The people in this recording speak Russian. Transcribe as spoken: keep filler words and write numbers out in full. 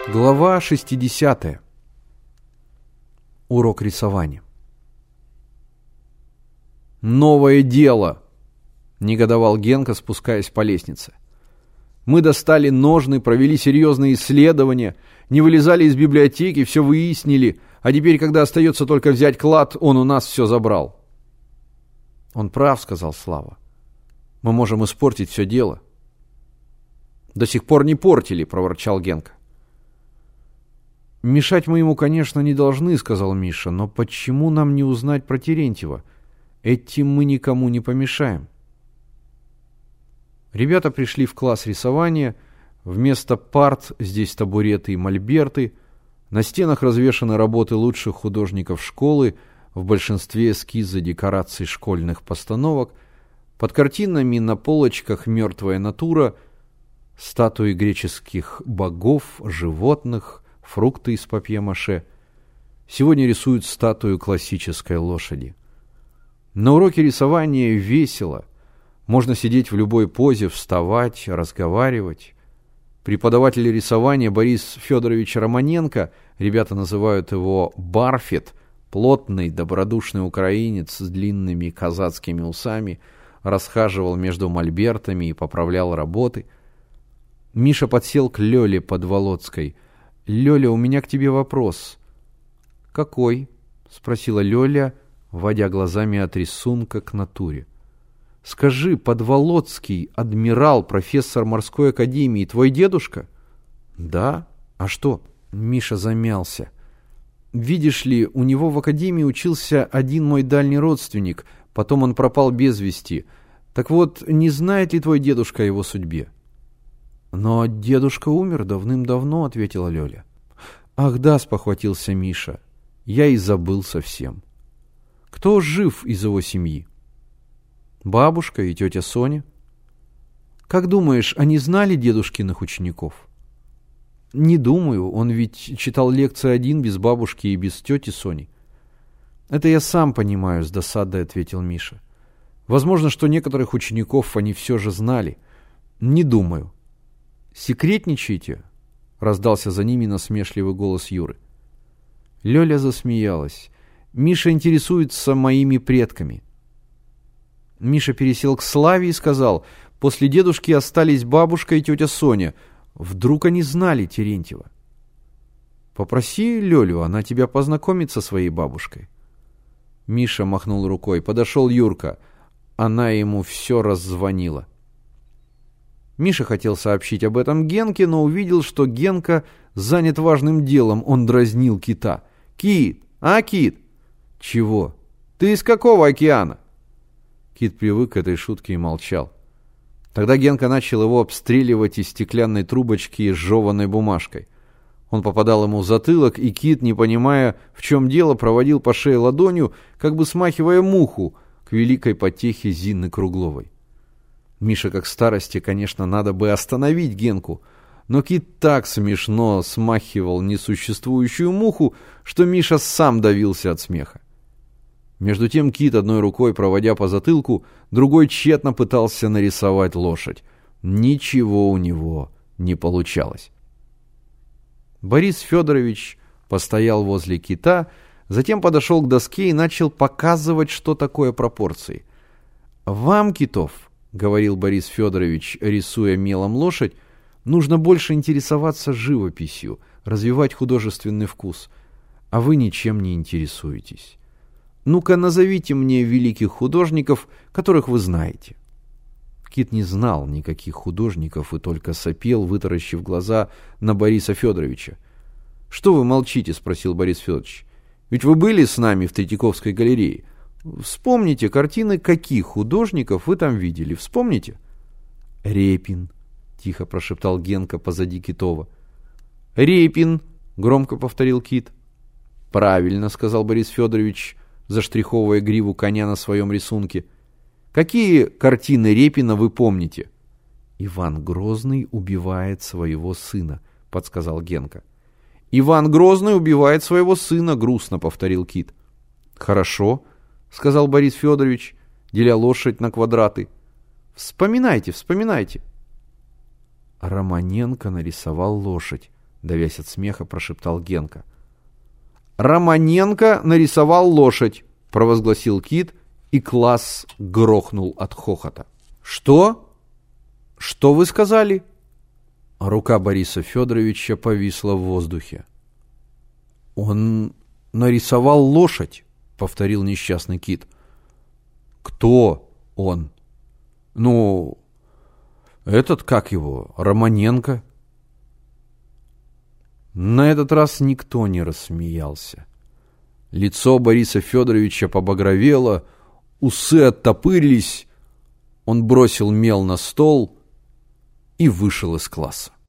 Глава шестидесятая. Урок рисования. «Новое дело!» – негодовал Генка, спускаясь по лестнице. «Мы достали ножны, провели серьезные исследования, не вылезали из библиотеки, все выяснили, а теперь, когда остается только взять клад, он у нас все забрал». «Он прав», – сказал Слава. «Мы можем испортить все дело». «До сих пор не портили», – проворчал Генка. «Мешать мы ему, конечно, не должны», — сказал Миша, «но почему нам не узнать про Терентьева? Этим мы никому не помешаем». Ребята пришли в класс рисования. Вместо парт здесь табуреты и мольберты. На стенах развешаны работы лучших художников школы, в большинстве эскизы декораций школьных постановок. Под картинами на полочках мертвая натура, статуи греческих богов, животных, фрукты из папье-маше. Сегодня рисуют статую классической лошади. На уроке рисования весело. Можно сидеть в любой позе, вставать, разговаривать. Преподаватель рисования Борис Федорович Романенко, ребята называют его Барфет, плотный, добродушный украинец с длинными казацкими усами, расхаживал между мольбертами и поправлял работы. Миша подсел к Лёле Подволоцкой. «Лёля, у меня к тебе вопрос». «Какой?» — спросила Лёля, водя глазами от рисунка к натуре. «Скажи, Подволоцкий, адмирал, профессор морской академии, твой дедушка?» «Да? А что?» — Миша замялся. «Видишь ли, у него в академии учился один мой дальний родственник, потом он пропал без вести. Так вот, не знает ли твой дедушка о его судьбе?» «Но дедушка умер давным-давно», — ответила Лёля. «Ах да», — спохватился Миша, — «я и забыл совсем. Кто жив из его семьи?» «Бабушка и тетя Соня». «Как думаешь, они знали дедушкиных учеников?» «Не думаю, он ведь читал лекции один, без бабушки и без тети Сони». «Это я сам понимаю», — с досадой ответил Миша. «Возможно, что некоторых учеников они все же знали. Не думаю». «Секретничаете?» — раздался за ними насмешливый голос Юры. Лёля засмеялась. «Миша интересуется моими предками». Миша пересел к Славе и сказал: «После дедушки остались бабушка и тетя Соня. Вдруг они знали Терентьева?» «Попроси Лёлю, она тебя познакомит со своей бабушкой». Миша махнул рукой. Подошел Юрка. Она ему все раззвонила. Миша хотел сообщить об этом Генке, но увидел, что Генка занят важным делом. Он дразнил Кита. «Кит! А, Кит?» «Чего?» «Ты из какого океана?» Кит привык к этой шутке и молчал. Тогда Генка начал его обстреливать из стеклянной трубочки с жеванной бумажкой. Он попадал ему в затылок, и Кит, не понимая, в чем дело, проводил по шее ладонью, как бы смахивая муху, к великой потехе Зины Кругловой. Мише, как старости, конечно, надо бы остановить Генку, но Кит так смешно смахивал несуществующую муху, что Миша сам давился от смеха. Между тем Кит, одной рукой проводя по затылку, другой тщетно пытался нарисовать лошадь. Ничего у него не получалось. Борис Федорович постоял возле Кита, затем подошел к доске и начал показывать, что такое пропорции. «Вам, Китов, — говорил Борис Федорович, рисуя мелом лошадь, — нужно больше интересоваться живописью, развивать художественный вкус. А вы ничем не интересуетесь. Ну-ка, назовите мне великих художников, которых вы знаете». Кит не знал никаких художников и только сопел, вытаращив глаза на Бориса Федоровича. «Что вы молчите?» — спросил Борис Федорович. «Ведь вы были с нами в Третьяковской галерее. Вспомните картины, каких художников вы там видели. Вспомните?» «Репин», — тихо прошептал Генка позади Китова. «Репин», — громко повторил Кит. «Правильно», — сказал Борис Федорович, заштриховывая гриву коня на своем рисунке. «Какие картины Репина вы помните?» «Иван Грозный убивает своего сына», — подсказал Генка. «Иван Грозный убивает своего сына», — грустно повторил Кит. «Хорошо», — сказал Борис Федорович, деля лошадь на квадраты. «Вспоминайте, вспоминайте». Романенко нарисовал лошадь, давясь от смеха, прошептал Генка. Романенко нарисовал лошадь, провозгласил Кит, и класс грохнул от хохота. Что? Что вы сказали? Рука Бориса Федоровича повисла в воздухе. Он нарисовал лошадь, повторил несчастный Кит. Кто он? Ну, этот, как его, Романенко. На этот раз никто не рассмеялся. Лицо Бориса Федоровича побагровело, усы оттопырились, он бросил мел на стол и вышел из класса.